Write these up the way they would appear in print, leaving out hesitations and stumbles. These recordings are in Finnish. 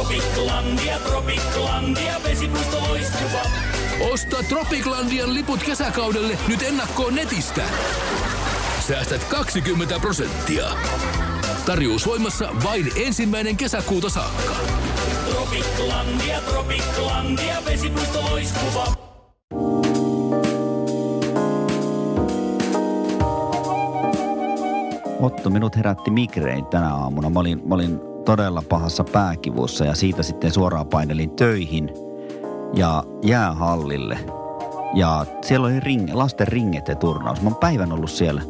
Tropiclandia, vesipuisto loistuva. Osta Tropiclandian liput kesäkaudelle nyt ennakkoon netistä. Säästät 20%. Tarjous voimassa vain 1. kesäkuuta saakka. Tropiclandia, vesipuisto loistuva. Otto, minut herätti migreeni tänä aamuna. Mä olin todella pahassa pääkivussa ja siitä sitten suoraan painelin töihin ja jäähallille. Ja siellä oli lasten ringeteturnaus. Mä oon päivän ollut siellä.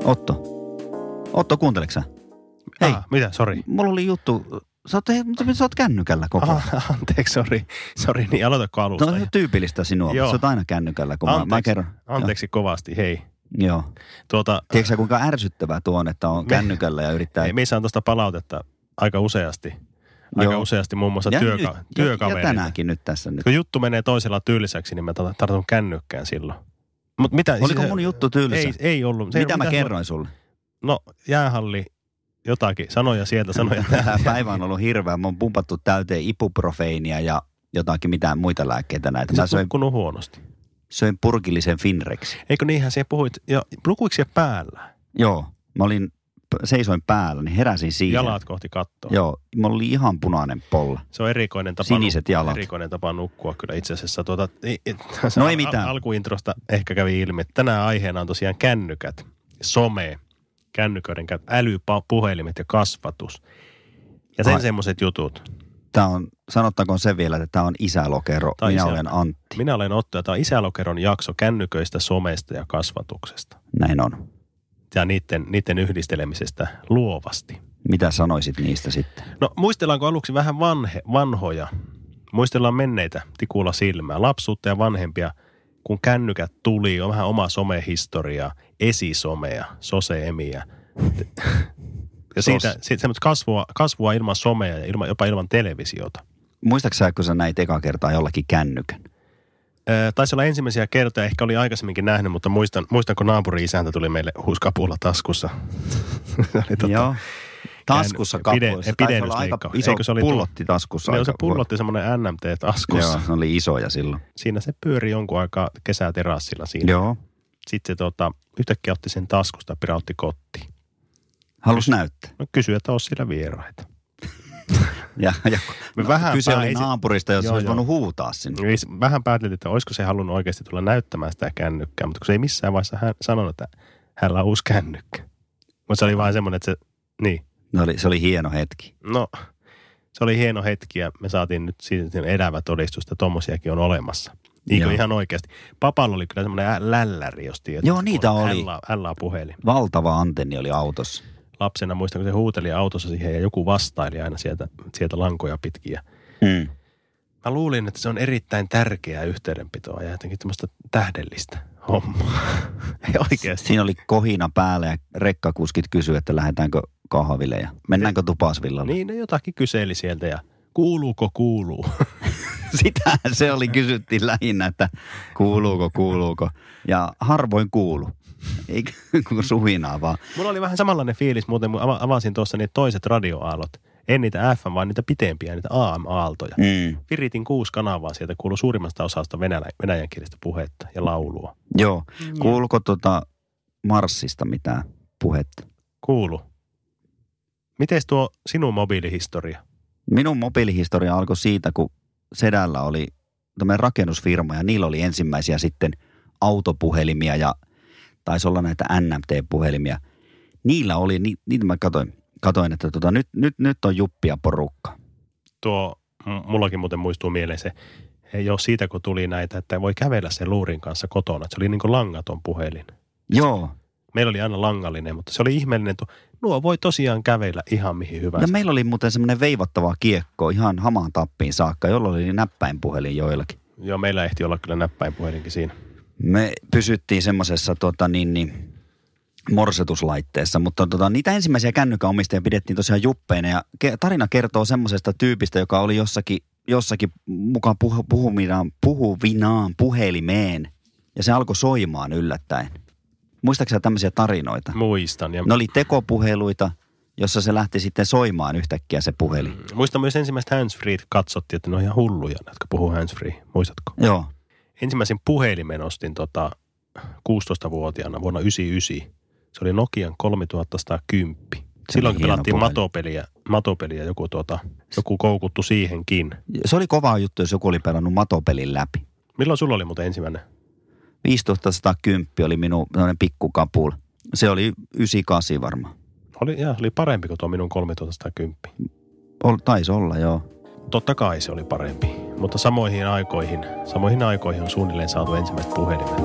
Otto, kuunteleksä sä? Hei. Mitä? Sori. Mulla oli juttu. Sä oot kännykällä koko ajan. Anteeksi, sori. Niin aloitatko alusta? No, se on tyypillistä sinua. Sä oot aina kännykällä, kun mä kerron. Anteeksi kovasti, hei. Joo. Tiedätkö sä, kuinka ärsyttävää tuo on, että on kännykällä ja yrittää... Me saan tuosta palautetta aika useasti. Useasti muun muassa työkavereita. Ja tänäänkin nyt tässä nyt. Kun juttu menee toisella tyyliseksi, niin mä tartun kännykkään silloin. Mut mitä, oliko mun juttu tylsä? Ei ollut. Mitä mä kerroin sulle? No, jäähalli, jotakin, sanoja sieltä, sanoja tähän. Päivä on ollut hirveä. Mä oon pumpattu täyteen ibuprofeiinia ja jotakin mitään muita lääkkeitä näitä. Sä nukkunut huonosti. Söin purkillisen Finrex. Eikö niinhän siellä puhuit? Ja nukuiko siellä päällä? Joo, seisoin päällä, niin heräsin siihen. Jalat kohti kattoa. Joo, mulla oli ihan punainen polla. Se on erikoinen tapa. Siniset jalat. Erikoinen tapa nukkua kyllä itse asiassa. Ei mitään. Alkuintrosta ehkä kävi ilmi, että tänään aiheena on tosiaan kännykät, some, kännyköiden älypuhelimet ja kasvatus. Ja sen semmoiset jutut. Tämä on, sanottakoon se vielä, että tämä on Isälokero. Minä olen Antti. Minä olen Otto ja tämä on Isälokeron jakso kännyköistä, somesta ja kasvatuksesta. Näin on. Ja niiden yhdistelemisestä luovasti. Mitä sanoisit niistä sitten? No muistellaanko aluksi vähän vanhoja? Muistellaan menneitä tikulla silmää. Lapsuutta ja vanhempia, kun kännykät tuli, on vähän oma somehistoria, esisomea, soseemiä. Ja siitä kasvua ilman somea ja jopa ilman televisiota. Muistatko sä, kun sä näit eka kertaa jollakin kännykän? Taisi olla ensimmäisiä kertoja, ehkä oli aikaisemminkin nähnyt, mutta muistan kun naapuri-isäntä tuli meille huuskapulla taskussa. Joo, taskussa kapuissa. Taisi olla aika iso pullotti taskussa. Joo, se pullotti semmoinen NMT taskussa. Joo, ne oli isoja silloin. Siinä se pyöri jonkun aikaa kesäterassilla siinä. Joo. Sitten se yhtäkkiä otti sen taskusta ja pirautti kotiin. Halus näyttää? No kysyi, että olisi siellä vieraita. Ja kyse oli naapurista, jos olisi voinut huutaa sinne. Vähän pääteltiin, että olisiko se halunnut oikeasti tulla näyttämään sitä kännykkää, mutta kun se ei missään vaiheessa hän sanonut, että hänellä on uusi kännykkä. Mutta se oli vain semmoinen, että niin. No se oli hieno hetki. No, se oli hieno hetki ja me saatiin nyt siitä elävä todistus, että tommosiakin on olemassa. Eikö ihan oikeasti? Papalla oli kyllä semmoinen lälläri, jos tiedät. Joo, niitä oli. LA-puhelin. Valtava antenni oli autossa. Lapsena muistan, kun se huuteli autossa siihen ja joku vastaili aina sieltä lankoja pitkiä. Mä luulin, että se on erittäin tärkeää yhteydenpitoa ja jotenkin tämmöistä tähdellistä hommaa. Ei oikeasti. Siinä oli kohina päällä ja rekkakuskit kysyi, että lähdetäänkö kahville ja mennäänkö Tupasvillalle. Niin, ne jotakin kyseli sieltä ja kuuluu. Sitähän se oli, kysyttiin lähinnä, että kuuluuko. Ja harvoin kuulu. Eikä suhinaa vaan. Mulla oli vähän samanlainen fiilis muuten, kun avasin tuossa ne toiset radioaallot. En niitä FM, vaan niitä pitempiä, niitä AM-aaltoja. Viritin 6 kanavaa, sieltä kuului suurimmasta osasta venäjänkielistä puhetta ja laulua. Joo. Kuuluuko Marssista mitään puhetta? Kuulu. Mites tuo sinun mobiilihistoria? Minun mobiilihistoria alkoi siitä, kun sedällä oli tämmöinen rakennusfirma ja niillä oli ensimmäisiä sitten autopuhelimia ja taisi olla näitä NMT-puhelimia. Niillä oli, niitä mä katoin, että nyt on juppia porukka. Mullakin muuten muistuu mieleen se, ei ole siitä kun tuli näitä, että voi kävellä sen luurin kanssa kotona. Että se oli niin kuin langaton puhelin. Joo. Meillä oli aina langallinen, mutta se oli ihmeellinen, että nuo voi tosiaan kävellä ihan mihin hyvänsä. Ja meillä oli muuten semmoinen veivattava kiekko ihan hamaan tappiin saakka, jolla oli näppäinpuhelin joillakin. Joo, meillä ehti olla kyllä näppäinpuhelinkin siinä. Me pysyttiin semmoisessa morsetuslaitteessa, mutta niitä ensimmäisiä kännykäomistajia pidettiin tosiaan juppeina ja tarina kertoo semmoisesta tyypistä, joka oli jossakin mukaan puhuvinaan puhelimeen ja se alkoi soimaan yllättäen. Muistaaksä tämmöisiä tarinoita? Muistan. Ne oli tekopuheluita jossa se lähti sitten soimaan yhtäkkiä se puhelin. Muistan myös ensimmäistä handsfreet katsottiin, että ne on ihan hulluja, jotka puhuu handsfree. Muistatko? Joo. Ensimmäisen puhelimen ostin 16-vuotiaana vuonna 1999. Se oli Nokian 3110. Silloinkin pelattiin matopeliä joku koukuttu siihenkin. Se oli kova juttu, jos joku oli pelannut matopelin läpi. Milloin sulla oli muuten ensimmäinen? 1510 oli minun pikkukapul. Se oli 98 varmaan. Oli parempi kuin tuo minun 3110. Taisi olla, joo. Totta kai se oli parempi, mutta samoihin aikoihin on suunnilleen saatu ensimmäiset puhelimet.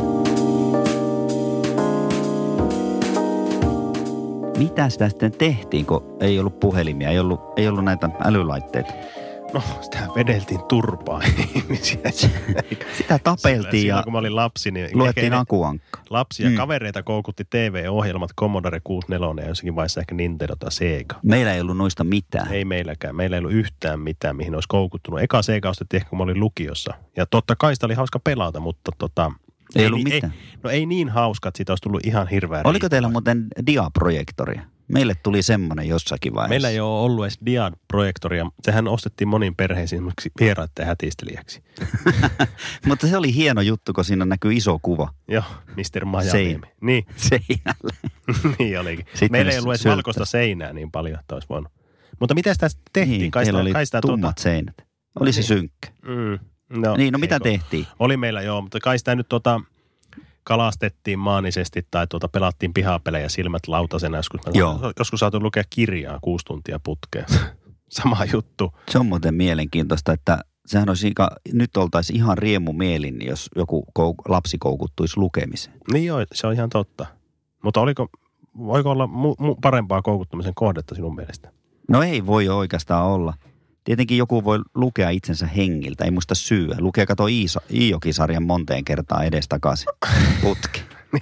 Mitä sitä sitten tehtiin, kun ei ollut puhelimia, ei ollut näitä älylaitteita? No, sitä vedeltiin turpaa ihmisiä. Sitä tapeltiin silloin, kun mä olin lapsi, niin luettiin akuankka. Lapsi ja kavereita koukutti TV-ohjelmat, Commodore 64 ja jossakin vaiheessa ehkä Nintendo tai Sega. Meillä ei ollut noista mitään. Ei meilläkään. Meillä ei ollut yhtään mitään, mihin olisi koukuttunut. Eka Sega ostettiin ehkä, kun mä olin lukiossa. Ja totta kai sitä oli hauska pelata, mutta ei ollut mitään. Ei niin hauska, että siitä olisi tullut ihan hirveä Oliko riittävä. Teillä muuten diaprojektoria? Meille tuli semmoinen jossakin vaiheessa. Meillä ei ole ollut edes diaprojektoria. Sehän ostettiin moniin perheisiin esimerkiksi vieraiden hätistelijäksi. Mutta se oli hieno juttu, kun siinä näkyy iso kuva. Joo, Mr. Majaniemi. Niin. Seinälle. Niin olikin. Meillä ei ollut edes valkoista seinää niin paljon, että olisi voinut. Mutta mitä sitä tehtiin? Niin, teillä oli tummat seinät. Oli se synkkä. No mitä tehtiin? Oli meillä joo, mutta kai sitä nyt kalastettiin maanisesti tai pelattiin pihapelejä silmät lautasena. Joskus saatu lukea kirjaa 6 tuntia putkeen. Sama juttu. Se on muuten mielenkiintoista, että sehän olisi nyt oltaisiin ihan riemumielin, jos joku lapsi koukuttuisi lukemiseen. Niin joo, se on ihan totta. Mutta voiko olla parempaa koukuttumisen kohdetta sinun mielestä? No ei voi oikeastaan olla. Tietenkin joku voi lukea itsensä hengiltä, ei muista syyä. Lukee kato Iijoki-sarjan monteen kertaa edestakaisin putki.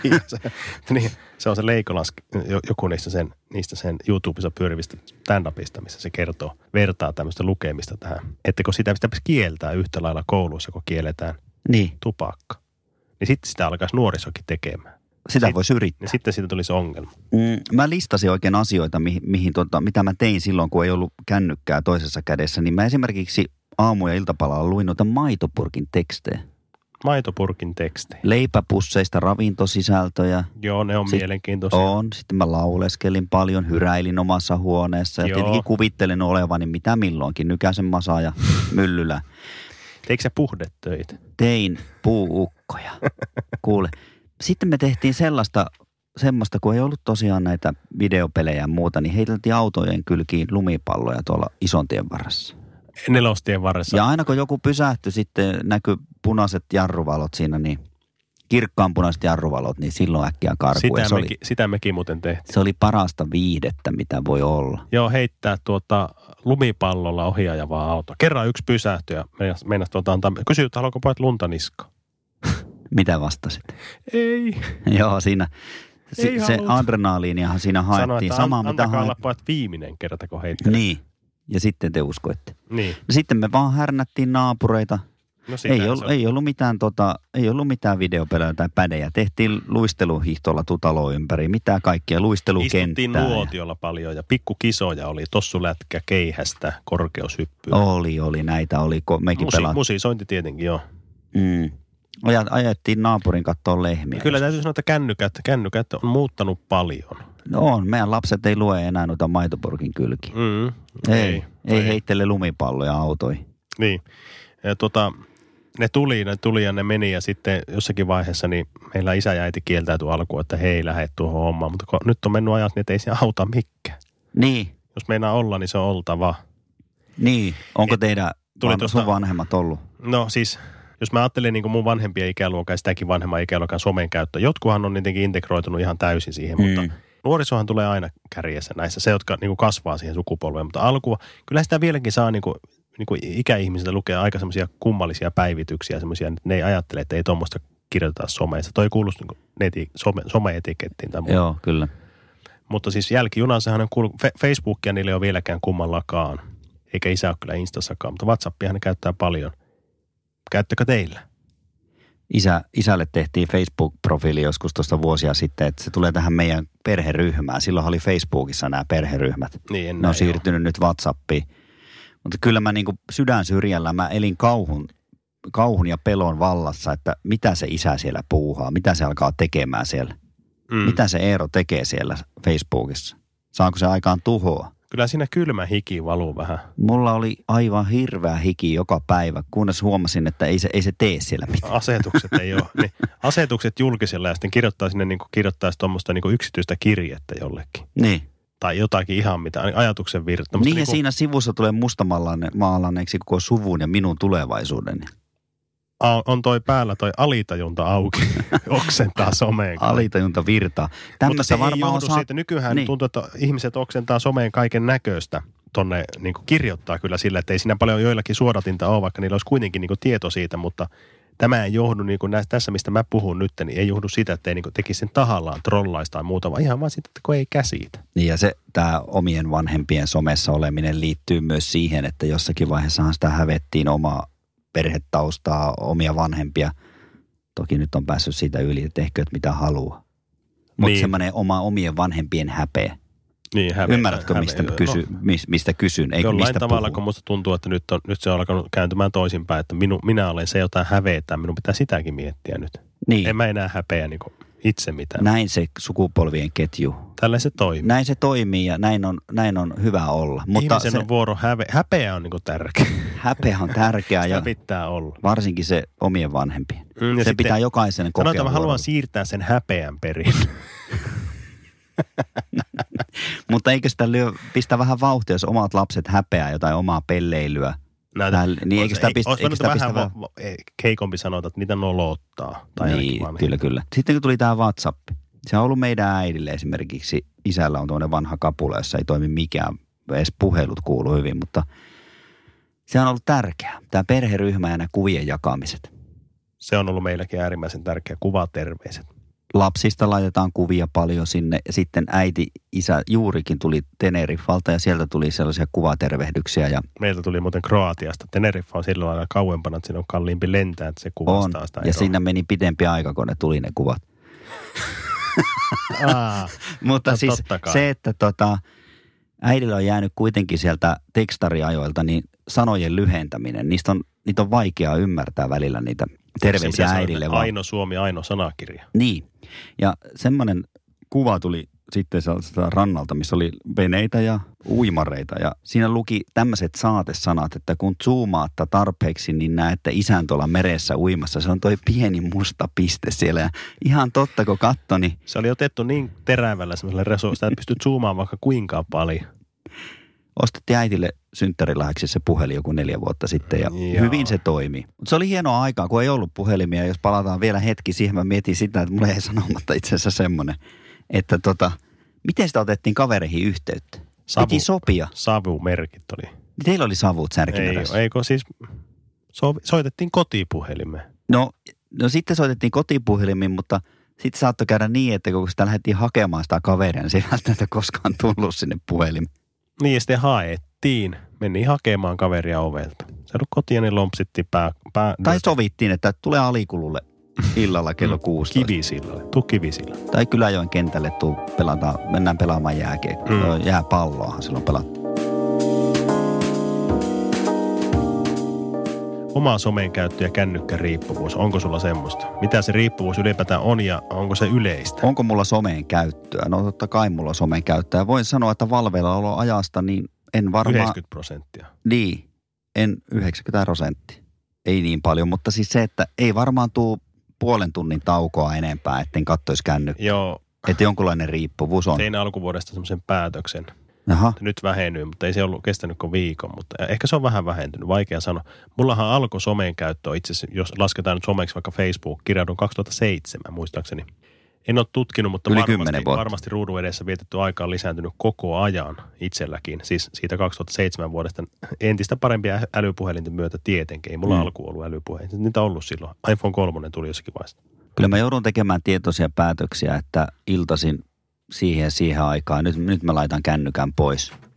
niin, se on se Leikolas, joku niistä sen YouTubessa pyörivistä stand-upista, missä se vertaa tämmöistä lukemista tähän. Ettekö sitä pitäisi kieltää yhtä lailla kouluissa, kun kielletään tupakka. Niin sitten sitä alkaisi nuorisokin tekemään. Sitä voisi yrittää. Ja sitten siitä tulisi ongelma. Mä listasin oikein asioita, mitä mä tein silloin, kun ei ollut kännykkää toisessa kädessä. Niin mä esimerkiksi aamu- ja iltapalalla luin noita maitopurkin tekstejä. Maitopurkin tekstejä. Leipäpusseista ravintosisältöjä. Joo, ne on mielenkiintoisia. On. Sitten mä lauleskelin paljon, hyräilin omassa huoneessa. Ja tietenkin kuvittelin olevani mitä milloinkin. Nykäsen Masa ja Myllylä. Teikö sä puhdetöitä? Tein puuukkoja. Kuule. Sitten me tehtiin semmoista, kun ei ollut tosiaan näitä videopelejä ja muuta, niin heiteltiin autojen kylkiin lumipalloja tuolla Isontien varressa. Nelostien varressa. Ja aina kun joku pysähtyi, sitten näkyi punaiset jarruvalot siinä, niin kirkkaanpunaiset jarruvalot, niin silloin äkkiä karkuun. Sitä mekin muuten tehtiin. Se oli parasta viihdettä, mitä voi olla. Joo, heittää lumipallolla ohjaajavaa autoa. Kerran yksi pysähtyi ja meinas antaa, kysyi, että haluanko pojat lunta niskaan? Mitä vastasit? Ei. Joo, siinä se adrenaliiniahan siinä haettiin. Sanoin, että antakaa olla pojat viimeinen kerta, kun heittelee. Niin, ja sitten te uskoitte. Niin. No sitten me vaan härnättiin naapureita. No ei ollut mitään videopelejä tai pädejä. Tehtiin luisteluhihtolla tutaloa ympäri, mitä kaikkea, luistelukenttää. Istuttiin nuotiolla paljon ja pikkukisoja oli, tossulätkä, keihästä, korkeushyppyä. Oli, näitä oli, mekin pelattiin. Musiisointi tietenkin, joo. Ajettiin naapurin kattoon lehmiä. Kyllä täytyy sanoa, että kännykät on muuttanut paljon. No on, meidän lapset ei lue enää noita maitopurkin kylkiä. Ei heittele lumipalloja autoihin. Niin, ja ne tuli ja ne meni ja sitten jossakin vaiheessa niin meillä isä ja äiti kieltäytyi alkuun, että hei lähde tuohon hommaan. Mutta nyt on mennyt ajat, niin että ei se auta mikään. Niin. Jos meinaa olla, niin se on oltava. Niin, onko sun vanhemmat ollut? No siis, jos mä ajattelen niin kuin mun vanhempia ikäluokan ja sitäkin vanhemman ikäluokan somen käyttö, jotkuhan on tietenkin integroitunut ihan täysin siihen, mutta nuorisohan tulee aina kärjessä näissä, se jotka niin kuin kasvaa siihen sukupolveen, mutta alkua, kyllä sitä vieläkin saa niin kuin ikäihmisiltä lukea aika semmoisia kummallisia päivityksiä, semmoisia, että ne ei ajattele, että ei tuommoista kirjoiteta someissa. Toi kuuluu niin some-etikettiin. Joo, kyllä. Mutta siis jälkijunassahan on kuullut, Facebookia niille ei ole vieläkään kummallakaan, eikä isä ole kyllä Instassakaan, mutta WhatsAppia ne käyttää paljon. Käyttäkö teillä? Isälle tehtiin Facebook-profiili joskus tuosta vuosia sitten, että se tulee tähän meidän perheryhmään. Silloin oli Facebookissa nämä perheryhmät. Niin, ne on siirtynyt nyt WhatsAppiin. Mutta kyllä mä niin kuin sydän syrjällä, mä elin kauhun ja pelon vallassa, että mitä se isä siellä puuhaa, mitä se alkaa tekemään siellä. Mitä se Eero tekee siellä Facebookissa? Saanko se aikaan tuhoa? Kyllä siinä kylmä hiki valuu vähän. Mulla oli aivan hirveä hiki joka päivä, kunnes huomasin, että ei se tee siellä mitään. Asetukset ei ole. Niin, asetukset julkisella ja sitten kirjoittaa sinne niin kuin kirjoittaisi tuommoista niin kuin yksityistä kirjettä jollekin. Niin. Tai jotakin ihan mitään, ajatuksen virta. Niin ja niin kuin... siinä sivussa tulee mustamaalanneeksi koko suvun ja minun tulevaisuudeni. On toi päällä toi alitajunta auki, oksentaa someen. Alitajunta virtaa. Mutta se ei johdu siitä. Nykyään niin. Tuntuu, että ihmiset oksentaa someen kaiken näköistä. Tonne niin kuin kirjoittaa kyllä sillä, että ei siinä paljon joillakin suodatinta ole, vaikka niillä olisi kuitenkin niin kuin tieto siitä, mutta tämä ei johdu niin kuin tässä, mistä mä puhun nyt, niin ei johdu sitä, että ei niin kuin tekisi sen tahallaan trollaista tai muuta, vaan ihan vaan sitä, että kun ei käsitä. Niin ja tämä omien vanhempien somessa oleminen liittyy myös siihen, että jossakin vaiheessahan sitä hävettiin omaa perhetaustaa, omia vanhempia. Toki nyt on päässyt siitä yli, että tehkööt mitä haluaa. Mutta niin. Semmoinen omien vanhempien häpeä. Niin, häpeä. Ymmärrätkö, mistä kysyn? Eikö jollain mistä tavalla, puhuu? kun musta tuntuu, että nyt se on alkanut kääntymään toisinpäin, että minä olen se jotain häveetä, minun pitää sitäkin miettiä nyt. Niin. En mä enää häpeä niin kuin itse mitään. Näin se sukupolvien ketju. Tällä se toimii. Näin se toimii ja näin on hyvä olla. Mutta ihmisen on vuoro häpeä on niin kuin tärkeä. Häpeä on tärkeä ja pitää olla. Varsinkin se omien vanhempien. Se sitten, pitää jokaisen kokea. Sanotaan, mä haluan siirtää sen häpeän perin. Mutta eikö sitä pistä vähän vauhtia, jos omat lapset häpeää jotain omaa pelleilyä? Niin eikö sitä pistä vähän heikompi sanota, että niitä nolottaa. Tai niin, kyllä. Sitten kun tuli tämä WhatsApp, se on ollut meidän äidille esimerkiksi. Isällä on tuollainen vanha kapula, jossa ei toimi mikään, edes puhelut kuuluu hyvin, mutta se on ollut tärkeää. Tämä perheryhmä ja nämä kuvien jakamiset. Se on ollut meilläkin äärimmäisen tärkeä, kuvaterveiset. Lapsista laitetaan kuvia paljon sinne. Sitten isä juurikin tuli Teneriffalta ja sieltä tuli sellaisia kuvatervehdyksiä. Ja meiltä tuli muuten Kroatiasta. Teneriffa on silloin aina kauempana, että siinä on kalliimpi lentää, että se kuvastaa sitä. Ja siinä meni pitempi aika, kun ne tuli ne kuvat. Mutta siis se, että äidillä on jäänyt kuitenkin sieltä tekstariajoilta, niin sanojen lyhentäminen, niitä on vaikeaa ymmärtää välillä niitä terveisiä äidille. Aino Suomi, Aino sanakirja. Niin. Ja semmoinen kuva tuli sitten rannalta, missä oli veneitä ja uimareita. Ja siinä luki tämmöiset saatesanat, että kun zoomaatta tarpeeksi, niin näette isän tuolla meressä uimassa. Se on toi pieni musta piste siellä. Ja ihan totta, kun katso, niin se oli otettu niin terävällä semmoisella resursilla, että pystyt zoomaan vaikka kuinka paljon. Ostettiin äitille synttärilahjaksi se puhelin joku 4 vuotta sitten ja hyvin se toimi. Mutta se oli hienoa aikaa, kun ei ollut puhelimia. Jos palataan vielä hetki siihen, mä mietin sitä, että mulle ei sanomatta itse asiassa semmoinen, että miten sitä otettiin kavereihin yhteyttä? Piti sopia. Savumerkit oli. Teillä oli savut särkimärässä? Eikö siis soitettiin kotipuhelimeen? No sitten soitettiin kotipuhelimiin, mutta sitten saattoi käydä niin, että kun sitä lähdettiin hakemaan sitä kaveria, niin se ei välttämättä koskaan tullut sinne puhelimeen. Niin ja sitten haettiin. Meni hakemaan kaveria ovelta. Se oli kotiin, niin lompsittiin tai sovittiin, että tulee Alikululle illalla kello 16. Kivisillalle. Tuu Kivisillalle. Tai Kyläjoen kentälle mennään pelaamaan jääkiekkoa. Jääpalloahan silloin pelattiin. Oma somen käyttö ja kännykkäriippuvuus. Onko sulla semmoista? Mitä se riippuvuus ylipäätään on ja onko se yleistä? Onko mulla someen käyttöä? No totta kai mulla someen käyttöä. Voin sanoa, että Valveilla olo ajasta, niin en varmaan 90%. Niin, en 90%. Ei niin paljon, mutta siis se, että ei varmaan tule puolen tunnin taukoa enempää, etten katsoisi kännykkää. Joo. Että jonkunlainen riippuvuus on. Tein alkuvuodesta semmoisen päätöksen. Aha. Nyt vähennyt, mutta ei se ollut kestänyt kuin viikon, mutta ehkä se on vähän vähentynyt, vaikea sanoa. Mullahan alkoi somen käyttöä itse asiassa, jos lasketaan nyt someksi vaikka Facebook, kirjaudun 2007 muistaakseni. En ole tutkinut, mutta varmasti ruudun edessä vietetty aika on lisääntynyt koko ajan itselläkin. Siis siitä 2007 vuodesta entistä parempia älypuhelinten myötä tietenkin. Ei mulla alkuun ollut älypuhelinta. Niitä on ollut silloin. iPhone 3 tuli jossakin vaiheessa. Kyllä mä joudun tekemään tietoisia päätöksiä, että iltaisin siihen aikaan. Nyt mä laitan kännykän pois.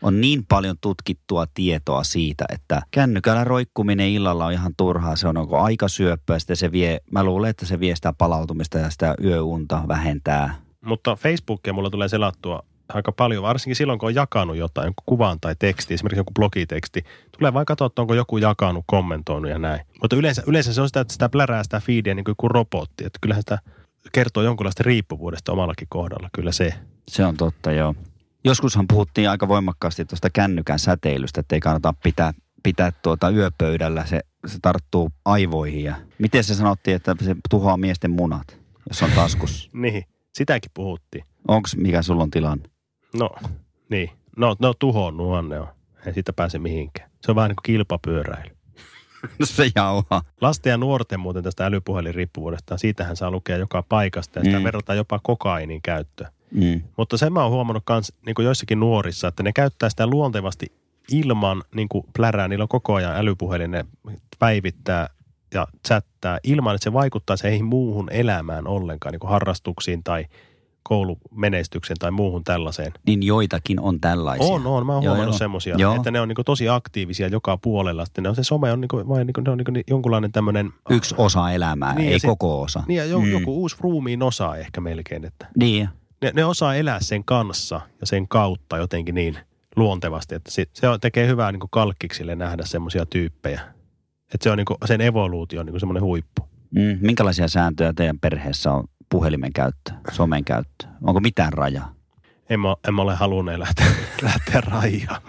On niin paljon tutkittua tietoa siitä, että kännykällä roikkuminen illalla on ihan turhaa. Se on aikasyöppöä, sitten se vie, mä luulen, että se vie sitä palautumista ja sitä yöunta vähentää. Mutta Facebookia mulla tulee selattua aika paljon, varsinkin silloin, kun on jakanut jotain, jonkun kuvan tai teksti, esimerkiksi joku blogiteksti. Tulee vaan katsoa, että onko joku jakanut, kommentoinut ja näin. Mutta yleensä se on sitä, että sitä plärää sitä feedia niin kuin robotti. Että kyllähän sitä kertoo jonkunlaista riippuvuudesta omallakin kohdalla, kyllä se. Se on totta, joo. Joskushan puhuttiin aika voimakkaasti tuosta kännykän säteilystä, että ei kannata pitää yöpöydällä, se tarttuu aivoihin. Ja miten se sanottiin, että se tuhoaa miesten munat, jos on taskussa? Niin, sitäkin puhuttiin. Onks mikä sulla on tilanne? No, niin. Ne on tuhonnut, ne on. Ei siitä pääse mihinkään. Se on vähän niin kuin kilpapyöräily. No se jauhaa. Lasten ja nuorten muuten tästä älypuhelinriippuvuudesta, siitähän saa lukea joka paikasta ja sitä verrataan jopa kokainin käyttöä. Mutta sen mä oon huomannut myös niin kuin joissakin nuorissa, että ne käyttää sitä luontevasti ilman niin kuin plärää. Niillä on koko ajan älypuhelin, ne päivittää ja chattaa ilman, että se vaikuttaa siihen muuhun elämään ollenkaan, niin kuin harrastuksiin tai koulumenestykseen tai muuhun tällaiseen. Niin joitakin on tällaisia. On. Mä oon huomannut semmoisia, että ne on niinku tosi aktiivisia joka puolella. Sitten se some on niinku, vai niinku, ne on niinku jonkunlainen tämmöinen... Yksi osa elämää, niin, ei koko osa. Niin ja joku uusi ruumiin osa ehkä melkein. Että niin. Ne osaa elää sen kanssa ja sen kautta jotenkin niin luontevasti, että se tekee hyvää niinku kalkkiksille nähdä semmoisia tyyppejä. Että se on niinku, sen evoluutio on niinku semmoinen huippu. Minkälaisia sääntöjä teidän perheessä on puhelimen käyttö, somen käyttö? Onko mitään rajaa? En mä ole halunnut lähteä rajaamaan.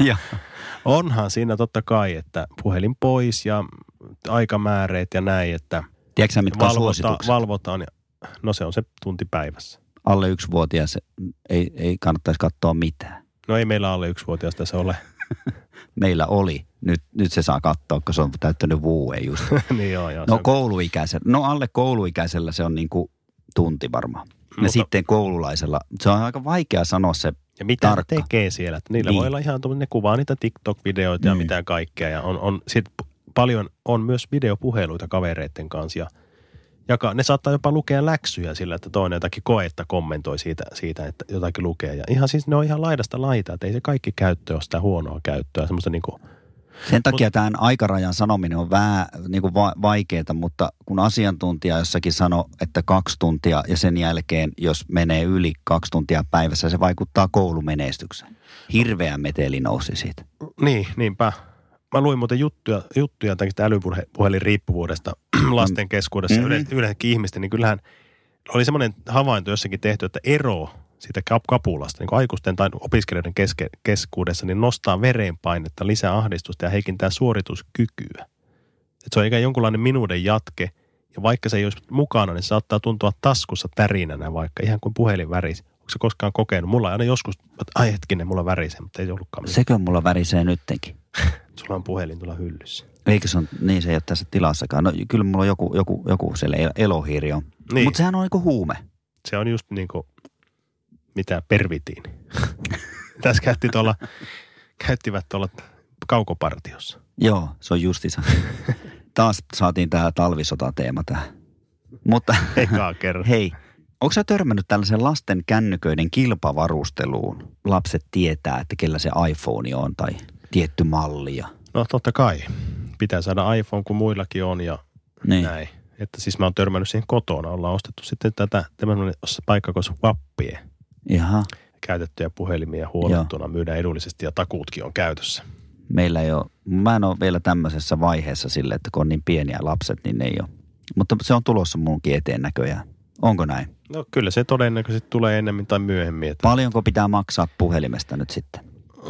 Onhan siinä totta kai, että puhelin pois ja aikamääreet ja näin, että tiedätkö sä, mitkä on suositukset? Valvotaan. No se on se tunti päivässä. Alle 1-vuotias ei kannattaisi katsoa mitään. No ei meillä alle 1-vuotiaasta se ole. Meillä oli. Nyt se saa katsoa, kun se on täyttänyt vuoden just. Niin joo. No kouluikäisellä. No alle kouluikäisellä se on niin kuin tunti varmaan. Ja sitten koululaisella, se on aika vaikea sanoa se ja mitä tarkka. Ne tekee siellä? Että niillä voi olla ihan, ne kuvaa niitä TikTok-videoita ja mitään kaikkea. Ja paljon on myös videopuheluita kavereiden kanssa. Ja ne saattaa jopa lukea läksyjä sillä, että toinen jotakin koetta kommentoi siitä, että jotakin lukee. Ja ihan siis ne on ihan laidasta laitaa, että ei se kaikki käyttö ole sitä huonoa käyttöä. Semmoista niin kuin... Sen takia tämän aikarajan sanominen on vähän niin kuin vaikeaa, mutta kun asiantuntija jossakin sanoi, että 2 tuntia ja sen jälkeen, jos menee yli 2 tuntia päivässä, se vaikuttaa koulumenestykseen. Hirveä meteli nousi siitä. Niin, niinpä. Mä luin muuten juttuja tästä älypuhelin riippuvuudesta lasten keskuudessa, yleensäkin ihmisten, niin kyllähän oli semmoinen havainto jossakin tehty, että ero siitä kapulasta, niin kuin aikuisten tai opiskelijoiden keskuudessa, niin nostaa verenpainetta, lisää ahdistusta ja heikentää suorituskykyä. Että se on ikään jonkunlainen minuuden jatke, ja vaikka se ei olisi mukana, niin se saattaa tuntua taskussa tärinänä, vaikka ihan kuin puhelin värisi. Onko se koskaan kokenut? Mulla aina joskus, että ai hetkinen, mulla värisee, mutta ei ollutkaan mitään. Sekö mulla värisee nyttenkin? Sulla on puhelin tuolla hyllyssä. Eikö se on, niin se ei ole tässä tilassakaan. No kyllä mulla on joku siellä elohiiri on. Niin. Mutta sehän on niinku huume. Se on just niinku, mitä pervitiin. Tässä käyttivät tuolla kaukopartiossa. Joo, se on justiinsa. Taas saatiin tämä talvisotateema tähän. Mutta ekaa kerran. Hei, onko sä törmännyt tällaisen lasten kännyköiden kilpavarusteluun? Lapset tietää, että kellä se iPhone on tai tietty malli. No totta kai. Pitää saada iPhone, kun muillakin on ja näin. Että siis mä oon törmännyt siihen kotona. Ollaan ostettu sitten tämmöinen paikka, kun Wappie. Jaha. Käytettyjä puhelimia huolettuna myydään edullisesti ja takuutkin on käytössä. Meillä ei ole, mä en ole vielä tämmöisessä vaiheessa sille, että kun on niin pieniä lapset, niin ne ei ole. Mutta se on tulossa munkin eteen näköjään. Onko näin? No kyllä se todennäköisesti tulee ennemmin tai myöhemmin. Että... Paljonko pitää maksaa puhelimesta nyt sitten?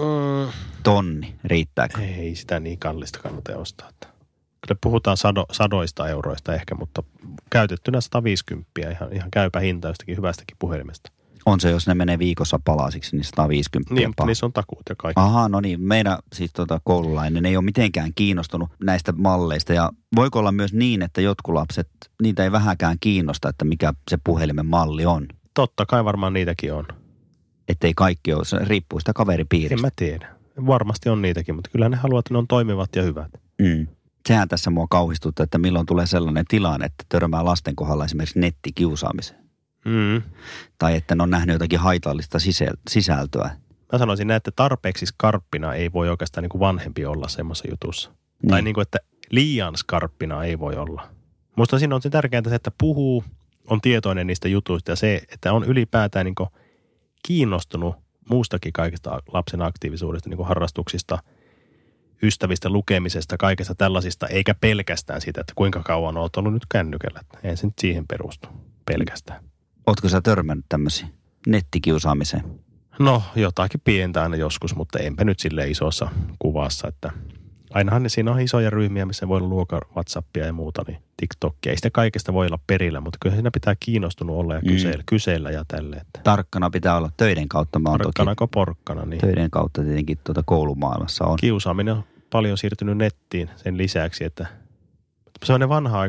1,000, riittääkö? Ei sitä niin kallista kannata ostaa. Kyllä puhutaan sadoista euroista ehkä, mutta käytettynä 150, ihan käypä hinta jostakin hyvästäkin puhelimesta. On se, jos ne menee viikossa palasiksi, niin 150. Niin, mutta niissä on takuut ja kaikki. Aha, no niin. Meidän siis koululainen ei ole mitenkään kiinnostunut näistä malleista. Ja voiko olla myös niin, että jotkut lapset, niitä ei vähäkään kiinnosta, että mikä se puhelimen malli on? Totta kai varmaan niitäkin on. Että ei kaikki ole, se riippuu sitä kaveripiiristä. En mä tiedä. Varmasti on niitäkin, mutta kyllä ne haluaa, että ne on toimivat ja hyvät. Sehän tässä mua kauhistuttaa, että milloin tulee sellainen tilanne, että törmää lasten kohdalla esimerkiksi nettikiusaamiseen. Tai että ne on nähnyt jotakin haitallista sisältöä. mä sanoisin näin, että tarpeeksi skarppina ei voi oikeastaan niin kuin vanhempi olla semmoisessa jutussa. Niin. Tai niin kuin, että liian skarppina ei voi olla. Musta siinä on se tärkeintä se, että puhuu, on tietoinen niistä jutuista ja se, että on ylipäätään niin kuin kiinnostunut muustakin kaikista lapsen aktiivisuudesta, niin kuin harrastuksista, ystävistä, lukemisesta, kaikesta tällaisista, eikä pelkästään siitä, että kuinka kauan olet ollut nyt kännykällä. Ei se nyt siihen perustu pelkästään. Ootko sä törmännyt tämmöisiin nettikiusaamiseen? No, jotakin pientä aina joskus, mutta enpä nyt silleen isossa kuvassa, että ainahan siinä on isoja ryhmiä, missä voi luoda WhatsAppia ja muuta, niin TikTokia. Ei sitä kaikesta voi olla perillä, mutta kyllä siinä pitää kiinnostunut olla ja kysellä ja tälleen. Tarkkana pitää olla töiden kautta. Tarkkana kuin porkkana. Niin. Töiden kautta tietenkin koulumaailmassa on. Kiusaaminen on paljon siirtynyt nettiin sen lisäksi, että sellainen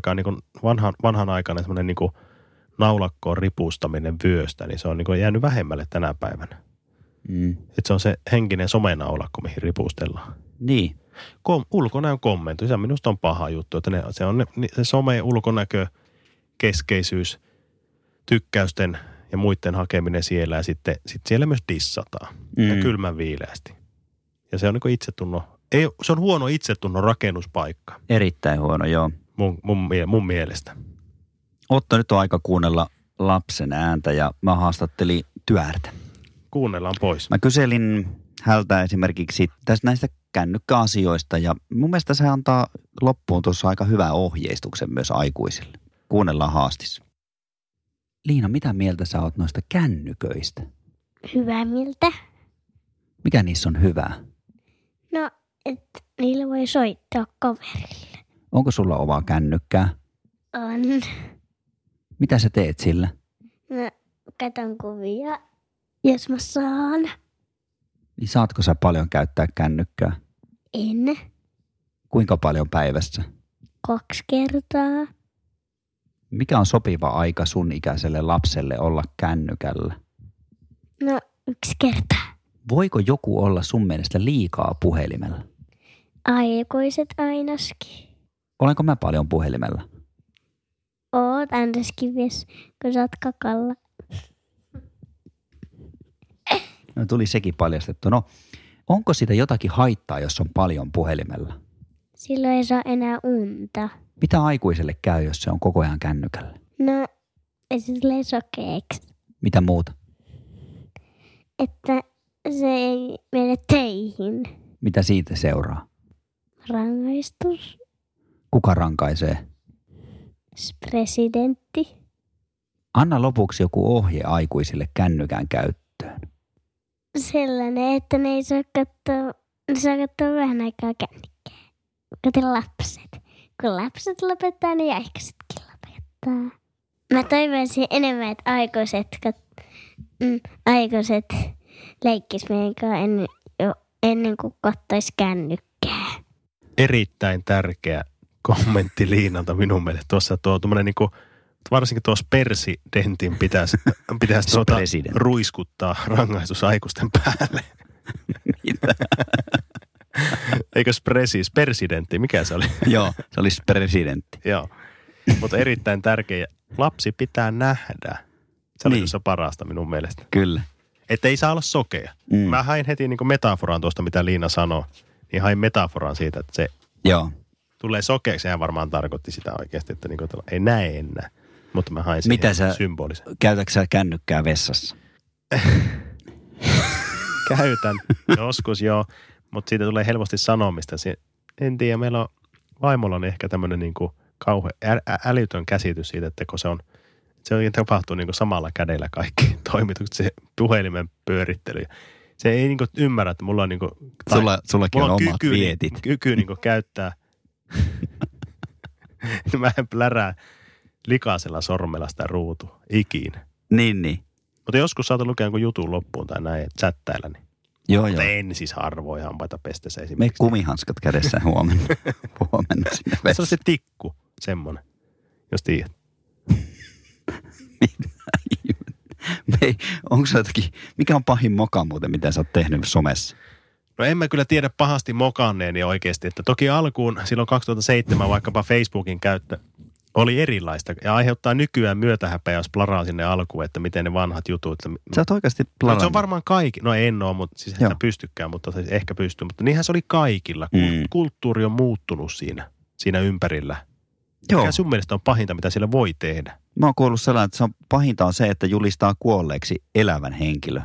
vanhan aikainen semmoinen niin kuin naulakkoon ripustaminen vyöstä, niin se on niin kuin jäänyt vähemmälle tänä päivänä. Että se on se henkinen somenaulakko, mihin ripustellaan. Niin. Ulkonäön kommentointi, se minusta on paha juttu, että se some, ulkonäkö, keskeisyys, tykkäysten ja muiden hakeminen siellä ja sitten siellä myös dissataan ja kylmän viileästi. Ja se on niin kuin itsetunnon, se on huono itsetunnon rakennuspaikka. Erittäin huono, joo. Mun mielestä. Otto, nyt on aika kuunnella lapsen ääntä ja mä haastattelin Tyärtä. Kuunnellaan pois. Mä kyselin häneltä esimerkiksi tästä näistä kännykkäasioista ja mun mielestä se antaa loppuun tuossa aika hyvää ohjeistuksen myös aikuisille. Kuunnellaan haastis. Liina, mitä mieltä sä oot noista kännyköistä? Hyvää mieltä. Mikä niissä on hyvää? No, että niillä voi soittaa kaverille. Onko sulla omaa kännykkää? On. Mitä sä teet sillä? Mä katon kuvia, jos mä saan. Niin saatko sä paljon käyttää kännykkää? En. Kuinka paljon päivässä? 2 kertaa. Mikä on sopiva aika sun ikäiselle lapselle olla kännykällä? No, 1 kerta. Voiko joku olla sun mielestä liikaa puhelimella? Aikuiset ainakin. Olenko mä paljon puhelimella? Oot ainakin mies, kun sä oot kakalla. No tuli sekin paljastettu. No, onko siitä jotakin haittaa, jos on paljon puhelimella? Silloin ei saa enää unta. Mitä aikuiselle käy, jos se on koko ajan kännykällä? No, se tulee sokeeksi. Mitä muuta? Että se ei mene teihin. Mitä siitä seuraa? Rangaistus. Kuka rankaisee? Presidentti. Anna lopuksi joku ohje aikuisille kännykän käyttöön. Sellainen, että ne ei saa katsoa vähän aikaa kännykkää. Kuten lapset. Kun lapset lopettaa, niin aikuisetkin lopettaa. Mä toivoisin enemmän, että aikuiset leikkis meidän kanssa ennen kuin kattois kännykkää. Erittäin tärkeä kommentti Liinalta minun mielestä. Tuossa tuommoinen niin kuin, varsinkin tuossa presidentin pitäisi ruiskuttaa rangaistus aikuisten päälle. Mitä? Eikös presidentti? Mikä se oli? Joo, se olisi presidentti. Joo, mutta erittäin tärkeä. Lapsi pitää nähdä. Se oli tuossa parasta minun mielestä. Kyllä. Että ei saa olla sokea. Mä hain heti niin kuin metaforan tuosta, mitä Liina sanoi. Niin hain metaforan siitä, että se tulee sokeaksi. Sehän varmaan tarkoitti sitä oikeasti, että niin kuin, ei näe enää. Mutta mä hain siihen symbolisen. Käytätkö sä kännykkää vessassa? Käytän. Joskus joo. Mutta siitä tulee helposti sanomista. En tiedä, meillä on vaimolla on ehkä tämmöinen niin kuin älytön käsitys siitä, että kun se oikein tapahtuu niin kuin samalla kädellä kaikki toimitukset, se puhelimen pyörittely. Se ei niin kuin ymmärrä, että mulla on niin kuin, Sullakin on omat vietit. Kyky niin kuin käyttää. Mä en plärää likaisella sormella sitä ruutua ikinä. Niin. Mutta joskus saatan lukea jonkun jutun loppuun tai näin, chattailla. Niin. Joo. En siis harvoin hampaita pestessä esimerkiksi. Me kumihanskat kädessä huomenna sinne vessaan. Se on se tikku, semmoinen, jos tiedät. Onko se jotakin, mikä on pahin moka muuten, mitä sä oot tehnyt somessa? No en mä kyllä tiedä pahasti mokanneeni oikeasti. Että toki alkuun silloin 2007 vaikkapa Facebookin käyttö oli erilaista ja aiheuttaa nykyään myötähäpeä, jos plaraa sinne alkuun, että miten ne vanhat jutut. Sä oot oikeasti plarannut. Se on varmaan kaikki. No en ole, mutta siis en pystykään, mutta siis ehkä pystyy. Mutta niinhän se oli kaikilla. Kulttuuri on muuttunut siinä ympärillä. Joo. Mikä sun mielestä on pahinta, mitä siellä voi tehdä? Mä oon kuullut sellainen, että pahinta on se, että julistaa kuolleeksi elävän henkilö.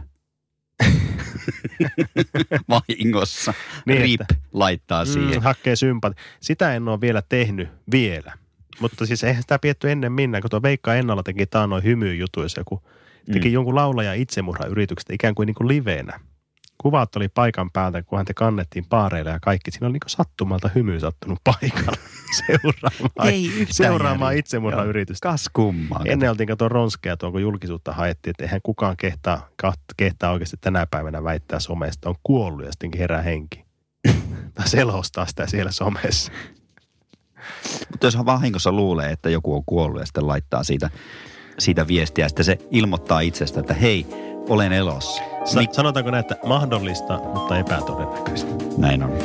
Vahingossa. Niin, RIP laittaa siihen. Hakkee sympatia. Sitä en ole vielä tehnyt vielä. Mutta siis eihän sitä pietty ennen minä, kun tuo Veikka Ennalla teki taannoin hymyjutuissa, kun teki jonkun laulajan itsemurhayrityksestä ikään kuin liveenä. Kuvat oli paikan päältä, kun häntä kannettiin paareille ja kaikki. Siinä oli niin kuin sattumalta hymy sattunut paikalla seuraamaan itsemurhayritystä. Kas kummaa. Ennen oltiin kato ronskeja tuon, kun julkisuutta haettiin, että eihän kukaan kehtaa oikeasti tänä päivänä väittää somesta. On kuollut ja sittenkin herää henki. Tai selostaa sitä siellä somessa. Mutta jos vahingossa luulee, että joku on kuollut ja sitten laittaa siitä viestiä, ja sitten se ilmoittaa itsestä, että hei, olen elossa. Sanotaanko näin, että mahdollista, mutta epätodennäköistä. Näin on.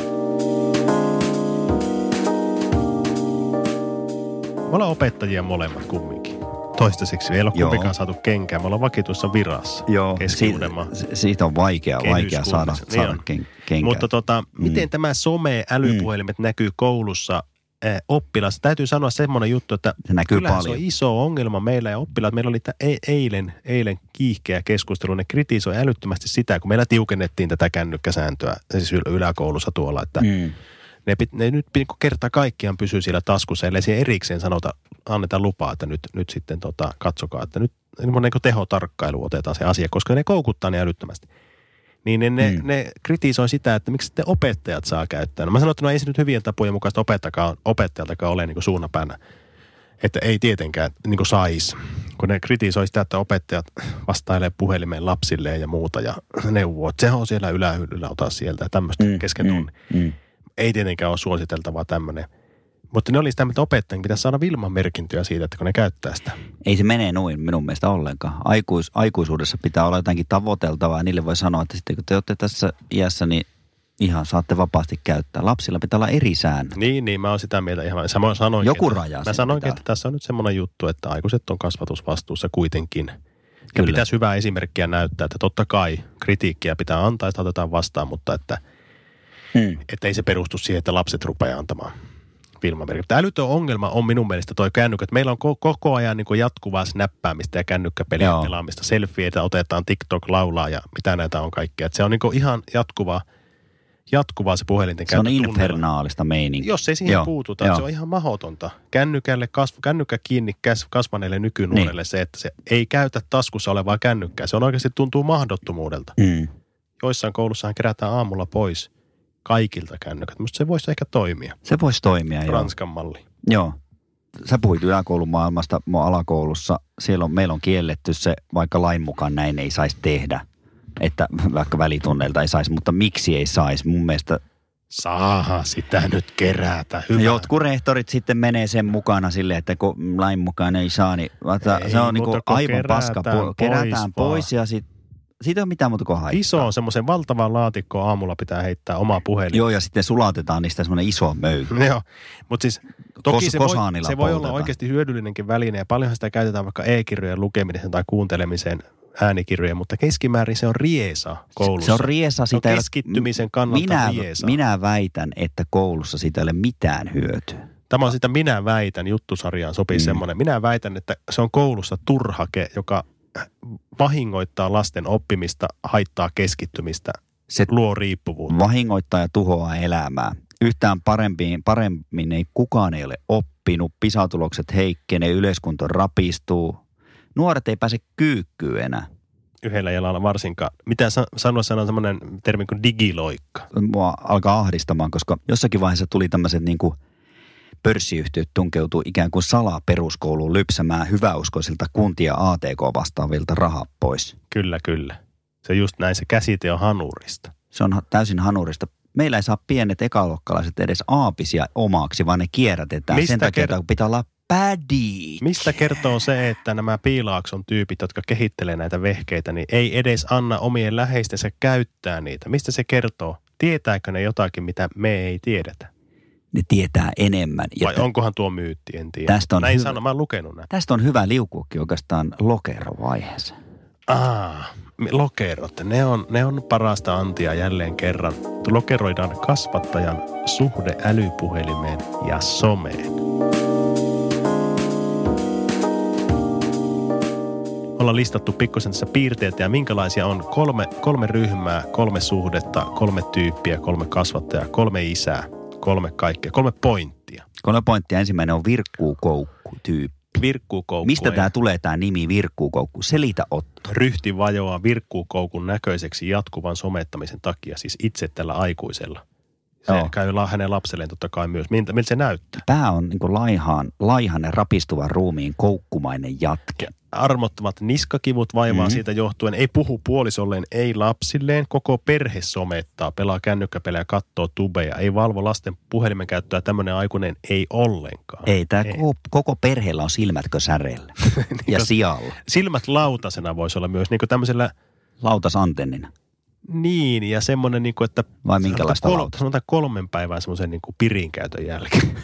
Me ollaan opettajia molemmat kumminkin. Toistaiseksi ei ole kumpikaan saatu kenkään. Me ollaan vakituissa virassa. Joo, siitä on vaikea saada kenkään. Mutta miten tämä some-älypuhelimet näkyy koulussa oppilas? Täytyy sanoa semmoinen juttu, että kyllä se on iso ongelma meillä ja oppilaat. Meillä oli eilen kiihkeä keskustelu. Ne kritisoi älyttömästi sitä, kun meillä tiukennettiin tätä kännykkäsääntöä siis yläkoulussa tuolla, että ne nyt kerta kaikkiaan pysyy siellä taskussa, ellei siihen erikseen annetaan lupaa, että nyt sitten katsokaa, että nyt niin tehotarkkailu otetaan se asia, koska ne koukuttaa ne älyttömästi. Niin ne kritisoi sitä, että miksi sitten opettajat saa käyttää. No mä sanoin, että ei se nyt hyvien tapojen mukaista opettajaltakaan ole niin kuin suunnapäällä, että ei tietenkään niin kuin saisi. Kun ne kritisoi sitä, että opettajat vastailee puhelimeen lapsilleen ja muuta ja neuvoo, että se on siellä ylähyllyllä, ota sieltä ja tämmöistä kesken tunnin. Ei tietenkään ole suositeltavaa tämmöinen. Mutta ne oli sitä, että opettajien pitäisi saada Wilman merkintöjä siitä, että kun ne käyttää sitä. Ei se mene noin minun mielestä ollenkaan. Aikuisuudessa pitää olla jotakin tavoiteltavaa ja niille voi sanoa, että sitten kun te olette tässä iässä, niin ihan saatte vapaasti käyttää. Lapsilla pitää olla eri säännöt. Niin, mä oon sitä mieltä ihan. Joku raja. Mä sanoinkin, että tässä on nyt semmoinen juttu, että aikuiset on kasvatusvastuussa kuitenkin. Ja pitäisi hyvää esimerkkiä näyttää, että totta kai kritiikkiä pitää antaa, että otetaan vastaan, mutta että ei se perustu siihen, että lapset rupeaa antamaan Wilma-merkintöjä. Älytön ongelma on minun mielestä toi kännykkä. Meillä on koko ajan niin kuin jatkuvaa snappaamista ja kännykkäpeliä pelaamista. Selfieitä otetaan, TikTok laulaa ja mitä näitä on kaikkea. Et se on niin kuin ihan jatkuvaa se puhelinten käyttö. Se on infernaalista meininkiä. Jos ei siihen puututa, se on ihan mahdotonta. Kännykkä kiinni kasvaneelle nykynuorelle se, että se ei käytä taskussa olevaa kännykkää. Se on oikeasti tuntuu mahdottomuudelta. Joissain koulussahan kerätään aamulla pois kaikilta kännykät. Musta se voisi ehkä toimia. Se voisi toimia, Ranskan malli. Joo. Sä puhuit yläkoulumaailmasta, alakoulussa. Meillä on kielletty se, vaikka lain mukaan näin ei saisi tehdä. Että vaikka välitunneilta ei saisi, mutta miksi ei saisi? Mun mielestä Saahan sitä nyt kerätä. Hyvä. Jotkut rehtorit sitten menee sen mukana silleen, että kun lain mukaan ei saa, niin se on niin kuin aivan paska. Kerätään pois ja siitä ei ole mitään muuta kuin haittaa. Iso, semmoisen valtavan laatikkoon aamulla pitää heittää omaa puhelin. Joo, ja sitten sulatetaan niistä semmoinen iso möykky. Joo, mutta siis toki se voi olla oikeasti hyödyllinenkin väline, ja paljonhan sitä käytetään vaikka e-kirjojen lukemiseen tai kuuntelemiseen äänikirjojen, mutta keskimäärin se on riesa koulussa. Se on riesa. Se on keskittymisen kannalta riesa. Minä väitän, että koulussa siitä ei ole mitään hyötyä. Tämä on sitä minä väitän, juttusarjaan sopii semmoinen. Minä väitän, että se on koulussa turhake, joka vahingoittaa lasten oppimista, haittaa keskittymistä, se luo riippuvuutta. Vahingoittaa ja tuhoaa elämää. Yhtään paremmin kukaan ei ole oppinut, PISA-tulokset heikkenee, yleiskunto rapistuu. Nuoret ei pääse kyykkyyn enää. Yhdellä jalalla varsinkaan. Mitä sanoa semmoinen termi kuin digiloikka? Mua alkaa ahdistamaan, koska jossakin vaiheessa tuli tämmöiset niin kuin pörssiyhtiöt tunkeutuu ikään kuin salaa peruskouluun lypsämään hyväuskoisilta kuntia ATK-vastaavilta rahaa pois. Kyllä. Se just näin, se käsite on hanurista. Se on täysin hanurista. Meillä ei saa pienet ekaluokkalaiset edes aapisia omaksi, vaan ne kierrätetään. Sen takia, että pitää olla pädit. Mistä kertoo se, että nämä Piilaakson tyypit, jotka kehittelee näitä vehkeitä, niin ei edes anna omien läheistensä käyttää niitä? Mistä se kertoo? Tietääkö ne jotakin, mitä me ei tiedetä? Ne tietää enemmän. Vai onkohan tuo myytti, en tiedä. Tästä on näin hyvä. sano, mä oon lukenut näin. Tästä on hyvä liukuakin oikeastaan lokerovaiheeseen. Lokerot, ne on parasta antia jälleen kerran. Lokeroidaan kasvattajan suhde älypuhelimeen ja someen. Ollaan listattu pikkusen tässä piirteitä ja minkälaisia on 3 ryhmää, 3 suhdetta, 3 tyyppiä, 3 kasvattajaa, 3 isää, 3 kaikkea, 3 pointtia. 3 pointtia. Ensimmäinen on virkkuukoukku-tyyppi. Virkkuukoukku. Mistä tämä tulee tämä nimi virkkuukoukku? Selitä Otto. Ryhti vajoaa virkkuukoukun näköiseksi jatkuvan somettamisen takia, siis itse tällä aikuisella. Se käy hänen lapselleen totta kai myös. Miltä se näyttää? Pää on niin kuin laihan ja rapistuvan ruumiin koukkumainen jatke. Armottomat niskakivut vaivaa siitä johtuen. Ei puhu puolisolleen, ei lapsilleen. Koko perhe somettaa, pelaa kännykkäpelejä, kattoo tubeja. Ei valvo lasten puhelimen käyttöä. Tämmöinen aikuinen ei ollenkaan. Ei, tämä koko perheellä on silmätkö säreillä ja sijalla. Silmät lautasena voisi olla myös niin kuin tämmöisellä... Lautasantennina. Niin, ja semmoinen, niin kuin, että... Vai minkälaista lautaa? Sanotaan 3 päivää semmoisen niin kuin pirinkäytön jälkeen.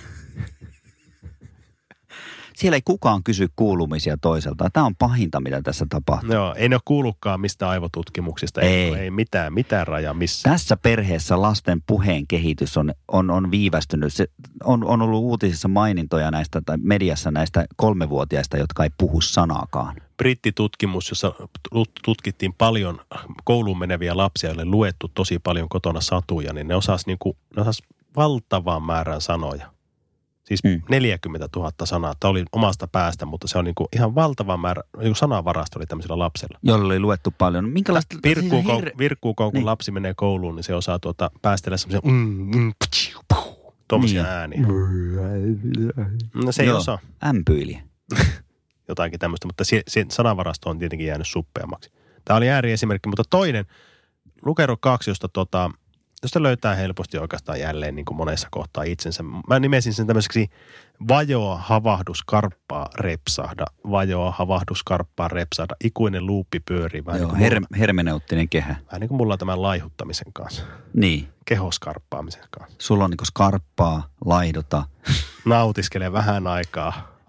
Siellä ei kukaan kysy kuulumisia toiselta. Tämä on pahinta, mitä tässä tapahtuu. Joo, ei ne ole kuullutkaan mistään aivotutkimuksista. Ei mitään rajaa missään. Tässä perheessä lasten puheen kehitys on viivästynyt. Se on ollut uutisissa mainintoja näistä tai mediassa näistä 3-vuotiaista, jotka ei puhu sanaakaan. Brittitutkimus, jossa tutkittiin paljon kouluun meneviä lapsia, joille luettu tosi paljon kotona satuja, niin ne osas valtavan määrän sanoja. Siis 40 000 sanaa. Tämä oli omasta päästä, mutta se on niinku ihan valtava määrä, niin sanavarasto oli tämmöisellä lapsella. Jolla oli luettu paljon. Minkälaista... Virkkuukoukun kun lapsi menee kouluun, niin se osaa päästellä semmoisia tuommoisia ääniä. No se ei osaa. Ämpyiliä. Jotakin tämmöistä, mutta se sanavarasto on tietenkin jäänyt suppeammaksi. Tämä oli ääriesimerkki, mutta toinen, Lukero 2, josta löytää helposti oikeastaan jälleen niin kuin monessa kohtaa itsensä. Mä nimesin sen tämmöiseksi vajoa, havahdu, skarppaa, repsahda. Vajoa, havahdu, skarppaa, repsahda. Ikuinen luuppi pyörii. Joo, hermeneuttinen kehä. Vähän niin kuin mulla on tämän laihuttamisen kanssa. Niin. Kehoskarppaamisen kanssa. Sulla on niin kuin skarppaa, laihdota. Nautiskele vähän aikaa.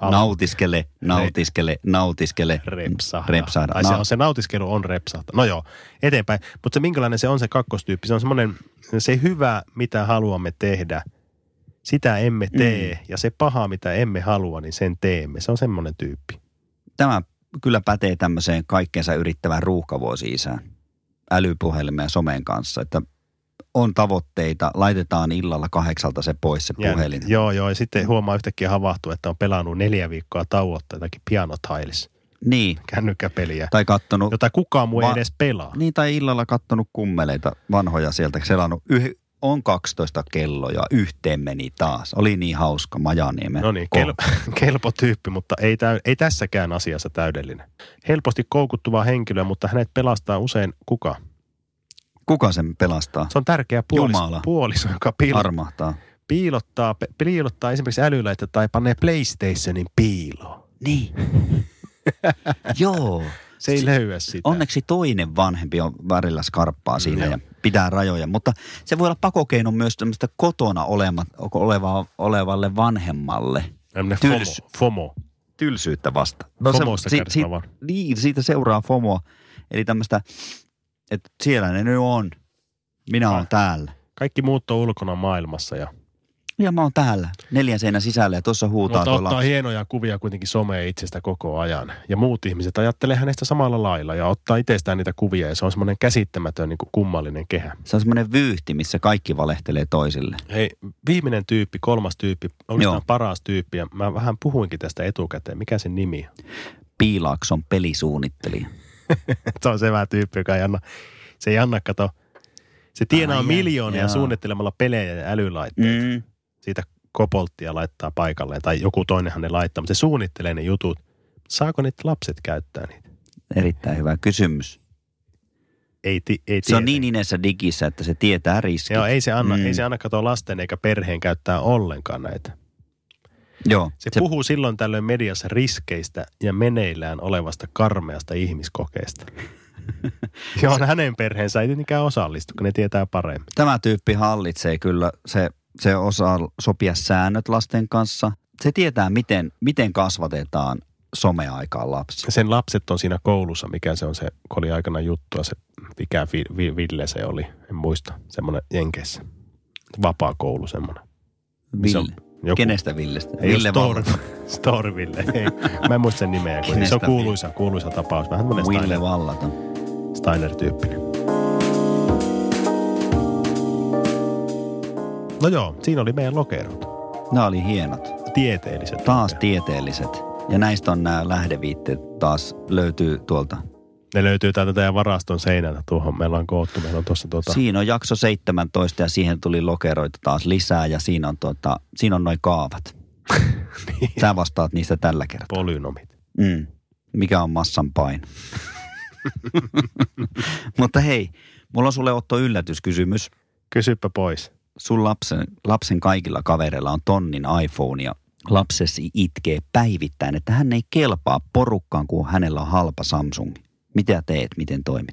Nautiskele. Repsahda. Tai se nautiskelu on repsahda. No joo, eteenpäin. Mutta se minkälainen se on se kakkostyyppi? Se on semmoinen, se hyvä, mitä haluamme tehdä, sitä emme tee. Ja se paha, mitä emme halua, niin sen teemme. Se on semmoinen tyyppi. Tämä kyllä pätee tämmöiseen kaikkensa yrittävään ruuhkavuosi-isään. Älypuhelimen ja somen kanssa, että on tavoitteita, laitetaan illalla 8 se pois se puhelin. Joo, ja sitten huomaa yhtäkkiä havahtua, että on pelannut 4 viikkoa tauotta jotakin Piano Tiles. Niin. Kännykkäpeliä. Tai kattonut. Jota kukaan muu ei edes pelaa. Niin, tai illalla kattonut kummeleita vanhoja sieltä, selannut. On 12 kello ja yhteen meni taas. Oli niin hauska Majaniemen. No niin, kelpo tyyppi, mutta ei tässäkään asiassa täydellinen. Helposti koukuttuva henkilö, mutta hänet pelastaa usein kuka? Kuka sen pelastaa? Se on tärkeä puoliso, joka armahtaa. Piilottaa esimerkiksi älylaitetta tai panee PlayStationin piiloon. Niin. Joo. Se ei löyä sitä. Onneksi toinen vanhempi on välillä skarppaa siinä ja pitää rajoja, mutta se voi olla pakokeino myös tämmöistä kotona olevalle vanhemmalle. FOMO. Tylsyyttä vasta. FOMOsta kärsivä vaan. Niin, siitä seuraa FOMO. Eli tämmöistä, että siellä ne nyt on. Minä olen täällä. Kaikki muut on ulkona maailmassa ja mä oon täällä 4 seinän sisällä ja tuossa huutaa tuolla. Mutta ottaa hienoja kuvia kuitenkin someen itsestä koko ajan. Ja muut ihmiset ajattelee hänestä samalla lailla ja ottaa itsestään niitä kuvia. Ja se on semmoinen käsittämätön niin kuin kummallinen kehä. Se on semmoinen vyyhti, missä kaikki valehtelee toisille. Hei, viimeinen tyyppi, 3. tyyppi, oikeastaan paras tyyppi. Ja mä vähän puhuinkin tästä etukäteen. Mikä sen nimi on? Piilaakson pelisuunnittelija. Se on se vähän tyyppi, joka ei anna kato. Se tienaa miljoonia suunnittelemalla pelejä ja älylaitteita. Siitä kopolttia laittaa paikalleen tai joku toinenhan ne laittaa, mutta se suunnittelee ne jutut. Saako niitä lapset käyttää niitä? Erittäin hyvä kysymys. Ei se on niin inessä digissä, että se tietää riskit. Joo, ei se anna katsoa lasten eikä perheen käyttää ollenkaan näitä. Joo. Se puhuu silloin tällöin mediassa riskeistä ja meneillään olevasta karmeasta ihmiskokeesta. Joo, hänen perheensä ei tietenkään osallistu, kun ne tietää paremmin. Tämä tyyppi hallitsee kyllä, Se osaa sopia säännöt lasten kanssa. Se tietää, miten kasvatetaan someaikaan lapsi. Sen lapset on siinä koulussa, mikä se on se, kun oli aikana juttua, se mikä Ville se oli, en muista, semmoinen Jenkeissä. Vapaa koulu semmoinen. Ville. Kenestä Villestä? Ei Ville Story Ville. Ei. Mä en muista sen nimeä. Se on kuuluisa tapaus. Vähän tämmöinen Ville Vallaton. Steiner-tyyppinen. No joo, siinä oli meidän lokerot. Nämä oli hienot. Tieteelliset. Taas tieteelliset. Ja näistä on nämä lähdeviitteet taas löytyy tuolta. Ne löytyy täältä teidän varaston seinältä tuohon. Meillä on koottu. Meillä on tuossa Siinä on jakso 17 ja siihen tuli lokeroita taas lisää ja siinä on noi kaavat. Niin. Sä vastaat niistä tällä kertaa. Polynomit. Mikä on massan paino? Mutta hei, mulla on sulle Otto yllätyskysymys. Kysypä pois. Sun lapsen kaikilla kavereilla on tonnin iPhone ja lapsesi itkee päivittäin, että hän ei kelpaa porukkaan, kun hänellä on halpa Samsung. Mitä teet? Miten toimit?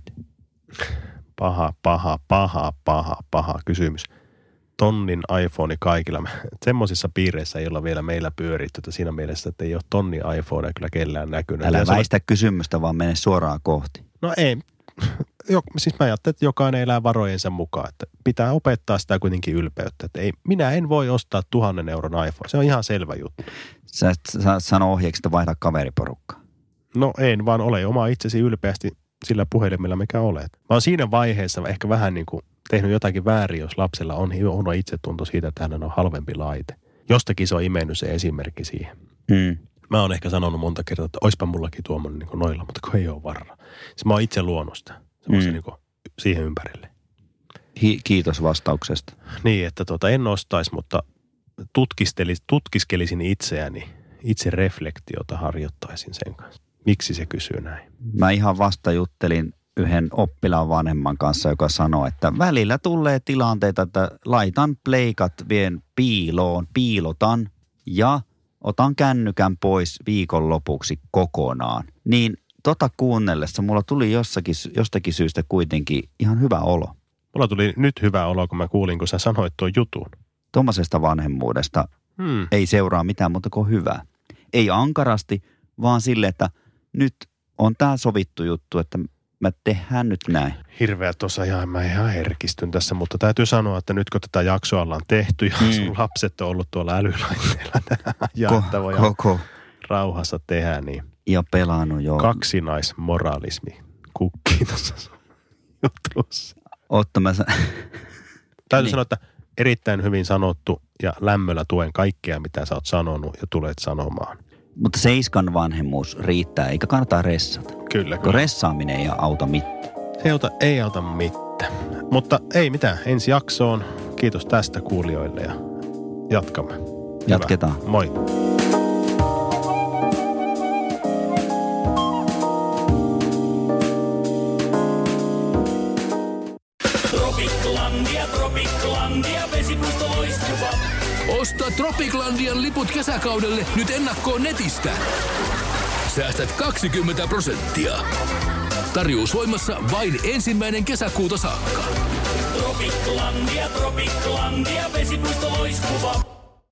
Paha kysymys. Tonnin iPhone kaikilla. Semmoisissa piireissä ei olla vielä meillä pyöritty, että siinä mielessä, että ei ole tonnin iPhonea kyllä kellään näkynyt. Älä väistä kysymystä, vaan mene suoraan kohti. No ei. Siis mä ajattelen, että jokainen elää varojensa mukaan. Että pitää opettaa sitä kuitenkin ylpeyttä. Että minä en voi ostaa 1 000 euron iPhone. Se on ihan selvä juttu. Sä sano ohjeeksi, että vaihda kaveriporukkaa. No en, vaan ole oma itsesi ylpeästi sillä puhelimella, mikä olet. Mä oon siinä vaiheessa ehkä vähän niin kuin tehnyt jotakin väärin, jos lapsella on huono itsetunto siitä, että hänellä on halvempi laite. Jostakin se on imennyt se esimerkki siihen. Mä oon ehkä sanonut monta kertaa, että oispa mullakin tuommoinen niin kuin noilla, mutta kun ei ole varaa. Siis mä oon itse luonut sitä niin kuin siihen ympärille. Kiitos vastauksesta. Niin, että en ostaisi, mutta tutkiskelisin itseäni, itse reflektiota harjoittaisin sen kanssa. Miksi se kysyy näin? Mä ihan vasta juttelin yhden oppilaan vanhemman kanssa, joka sanoi, että välillä tulee tilanteita, että laitan pleikat, vien piilotan ja otan kännykän pois viikonlopuksi kokonaan. Niin kuunnellessa mulla tuli jostakin syystä kuitenkin ihan hyvä olo. Mulla tuli nyt hyvä olo, kun mä kuulin, kun sä sanoit tuon jutun. Tuommoisesta vanhemmuudesta ei seuraa mitään muuta kuin hyvää. Ei ankarasti, vaan sille, että nyt on tää sovittu juttu, että mä tehdään nyt näin. Hirveä tuossa mä ihan herkistyn tässä, mutta täytyy sanoa, että nyt kun tätä jaksoa ollaan tehty ja sun lapset on ollut tuolla älylaitteella jaettava ja rauhassa tehdä, niin ja pelannut jo. Kaksinaismoralismi kukkii tuossa jutussa. Täytyy sanoa, että erittäin hyvin sanottu ja lämmöllä tuen kaikkea, mitä sä oot sanonut ja tulet sanomaan. Mutta 7 vanhemmuus riittää, eikä kannata ressata. Kyllä. Kun ressaaminen ei auta mitään. Ei auta mitään. Mutta ei mitään, ensi jaksoon. Kiitos tästä kuulijoille ja jatkamme. Jatketaan. Hyvä. Moi. Tropiklandia, vesipuisto loistuva. Osta Tropiklandian liput kesäkaudelle nyt ennakkoon netistä. Säästät 20%. Tarjous voimassa vain 1. kesäkuuta saakka. Tropiklandia, vesipuisto loistuva.